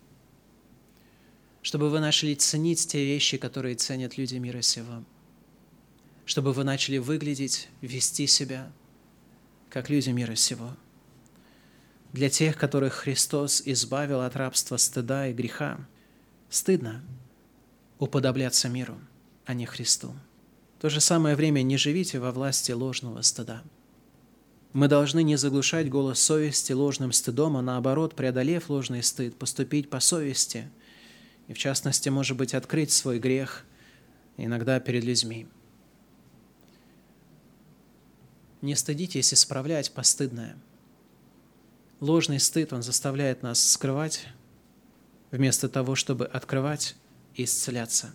Чтобы вы начали ценить те вещи, которые ценят люди мира сего. Чтобы вы начали выглядеть, вести себя, как люди мира сего. Для тех, которых Христос избавил от рабства стыда и греха, стыдно уподобляться миру, а не Христу. В то же самое время не живите во власти ложного стыда. Мы должны не заглушать голос совести ложным стыдом, а наоборот, преодолев ложный стыд, поступить по совести и, в частности, может быть, открыть свой грех иногда перед людьми. Не стыдитесь исправлять постыдное. Ложный стыд, он заставляет нас скрывать, вместо того, чтобы открывать и исцеляться.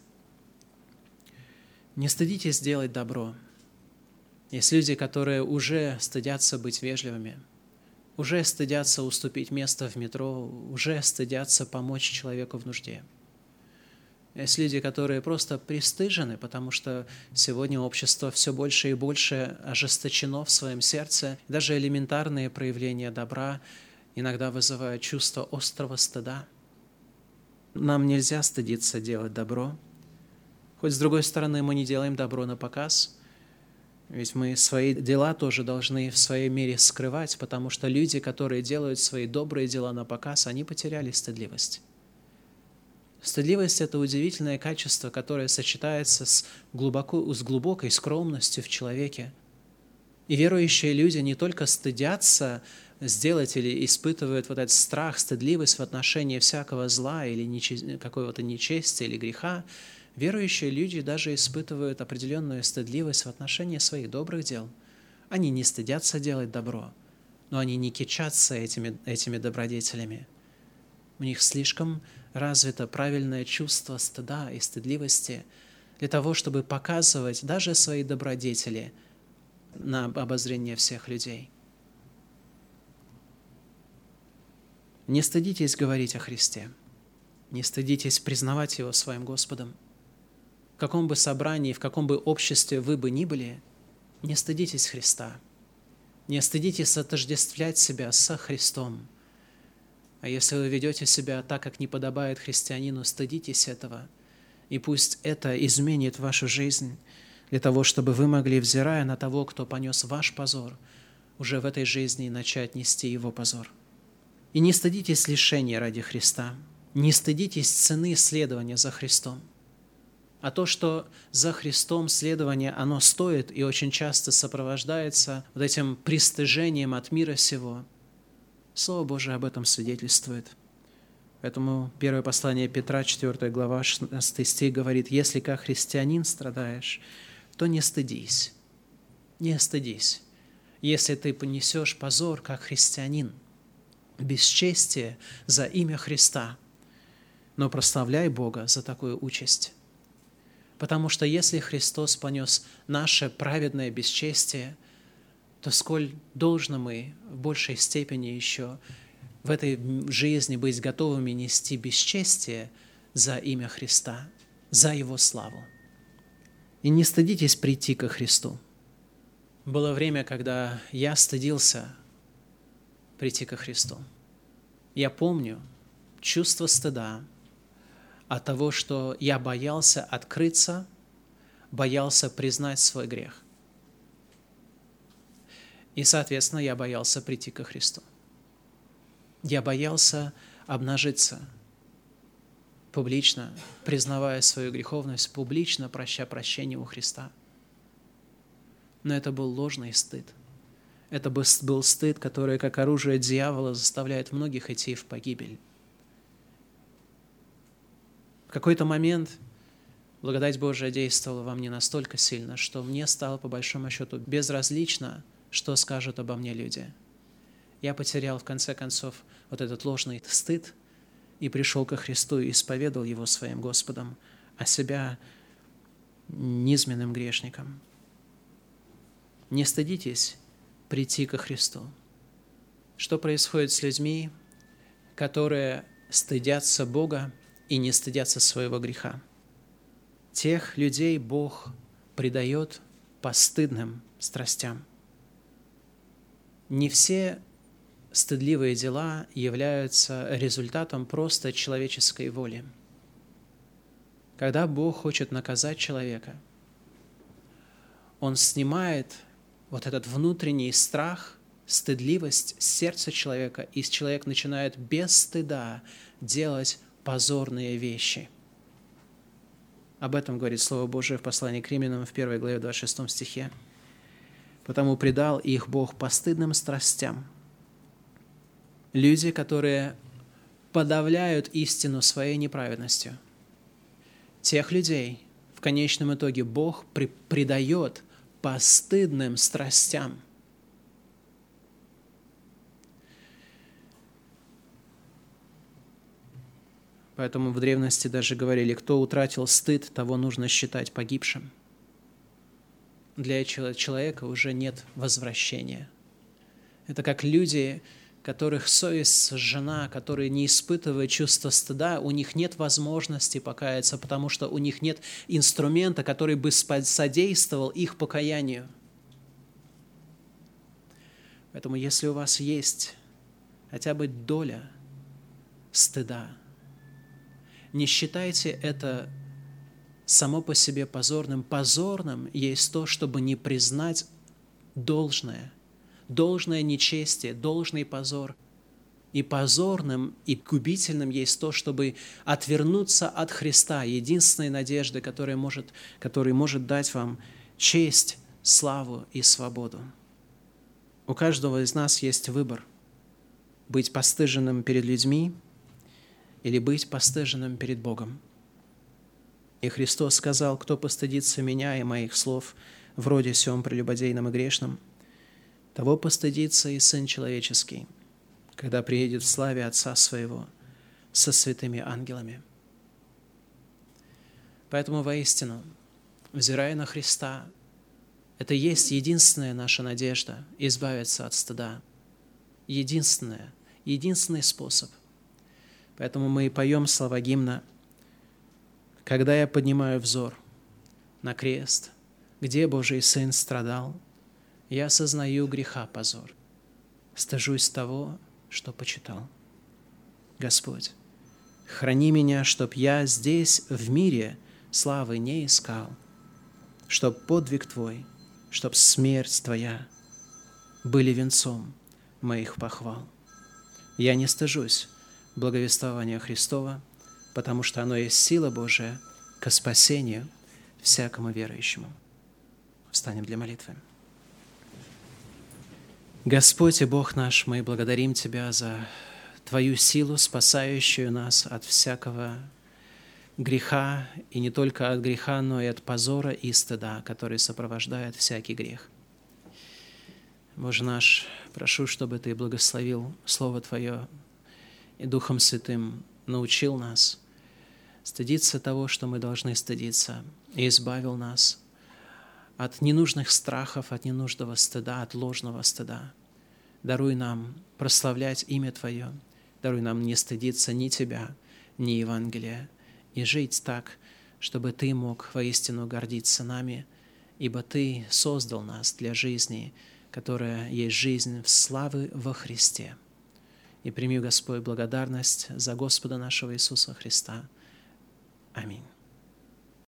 Не стыдитесь делать добро. Есть люди, которые уже стыдятся быть вежливыми, уже стыдятся уступить место в метро, уже стыдятся помочь человеку в нужде. Есть люди, которые просто пристыжены, потому что сегодня общество все больше и больше ожесточено в своем сердце. Даже элементарные проявления добра иногда вызывают чувство острого стыда. Нам нельзя стыдиться делать добро. Хоть с другой стороны, мы не делаем добро на показ, ведь мы свои дела тоже должны в своей мере скрывать, потому что люди, которые делают свои добрые дела на показ, они потеряли стыдливость. Стыдливость – это удивительное качество, которое сочетается с глубокой скромностью в человеке. И верующие люди не только стыдятся сделать или испытывают вот этот страх, стыдливость в отношении всякого зла или какого-то нечестия или греха, верующие люди даже испытывают определенную стыдливость в отношении своих добрых дел. Они не стыдятся делать добро, но они не кичатся этими добродетелями. У них слишком развито правильное чувство стыда и стыдливости для того, чтобы показывать даже свои добродетели на обозрение всех людей. Не стыдитесь говорить о Христе. Не стыдитесь признавать Его своим Господом. В каком бы собрании, в каком бы обществе вы бы ни были, не стыдитесь Христа. Не стыдитесь отождествлять себя со Христом. А если вы ведете себя так, как не подобает христианину, стыдитесь этого. И пусть это изменит вашу жизнь для того, чтобы вы могли, взирая на того, кто понес ваш позор, уже в этой жизни начать нести его позор. И не стыдитесь лишения ради Христа. Не стыдитесь цены следования за Христом. А то, что за Христом следование, оно стоит и очень часто сопровождается вот этим пристыжением от мира сего, Слово Божие об этом свидетельствует. Поэтому первое послание Петра, 4 глава, 16 стих говорит: «Если как христианин страдаешь, то не стыдись, не стыдись. Если ты понесешь позор как христианин, бесчестие за имя Христа, но прославляй Бога за такую участь». Потому что если Христос понес наше праведное бесчестие, то сколь должны мы в большей степени еще в этой жизни быть готовыми нести бесчестие за имя Христа, за Его славу. И не стыдитесь прийти ко Христу. Было время, когда я стыдился прийти ко Христу. Я помню чувство стыда от того, что я боялся открыться, боялся признать свой грех. И, соответственно, я боялся прийти ко Христу. Я боялся обнажиться публично, признавая свою греховность, публично проща прощение у Христа. Но это был ложный стыд. Это был стыд, который, как оружие дьявола, заставляет многих идти в погибель. В какой-то момент благодать Божия действовала во мне настолько сильно, что мне стало, по большому счету, безразлично, что скажут обо мне люди. Я потерял, в конце концов, вот этот ложный стыд и пришел ко Христу и исповедал Его своим Господом, а себя низменным грешником. Не стыдитесь прийти ко Христу. Что происходит с людьми, которые стыдятся Бога и не стыдятся своего греха? Тех людей Бог предает постыдным страстям. Не все стыдливые дела являются результатом просто человеческой воли. Когда Бог хочет наказать человека, Он снимает вот этот внутренний страх, стыдливость с сердца человека, и человек начинает без стыда делать позорные вещи. Об этом говорит Слово Божие в послании к Римлянам в 1 главе 26 стихе. «Потому предал их Бог постыдным страстям». Люди, которые подавляют истину своей неправедностью. Тех людей в конечном итоге Бог предает постыдным страстям. Поэтому в древности даже говорили: кто утратил стыд, того нужно считать погибшим. Для человека уже нет возвращения. Это как люди, которых совесть сожжена, которые не испытывают чувства стыда, у них нет возможности покаяться, потому что у них нет инструмента, который бы содействовал их покаянию. Поэтому если у вас есть хотя бы доля стыда, не считайте это само по себе позорным. Позорным есть то, чтобы не признать должное нечестие, должный позор. И позорным, и губительным есть то, чтобы отвернуться от Христа, единственной надежды, который может дать вам честь, славу и свободу. У каждого из нас есть выбор: быть постыженным перед людьми или быть постыженным перед Богом. И Христос сказал: кто постыдится меня и моих слов в роде сем прелюбодейном и грешном, того постыдится и Сын Человеческий, когда приедет в славе Отца Своего со святыми ангелами. Поэтому воистину, взирая на Христа, это есть единственная наша надежда избавиться от стыда. Единственный способ. Поэтому мы и поем слова гимна: «Когда я поднимаю взор на крест, где Божий Сын страдал, я сознаю греха позор, стыжусь того, что почитал. Господь, храни меня, чтоб я здесь, в мире, славы не искал, чтоб подвиг Твой, чтоб смерть Твоя были венцом моих похвал. Я не стыжусь благовествования Христова, потому что оно есть сила Божия ко спасению всякому верующему». Встанем для молитвы. Господь и Бог наш, мы благодарим Тебя за Твою силу, спасающую нас от всякого греха, и не только от греха, но и от позора и стыда, который сопровождает всякий грех. Боже наш, прошу, чтобы Ты благословил Слово Твое и Духом Святым научил нас стыдиться того, что мы должны стыдиться, и избавил нас от ненужных страхов, от ненужного стыда, от ложного стыда. Даруй нам прославлять имя Твое, даруй нам не стыдиться ни Тебя, ни Евангелия, и жить так, чтобы Ты мог воистину гордиться нами, ибо Ты создал нас для жизни, которая есть жизнь в славе во Христе. И прими, Господь, благодарность за Господа нашего Иисуса Христа. Аминь.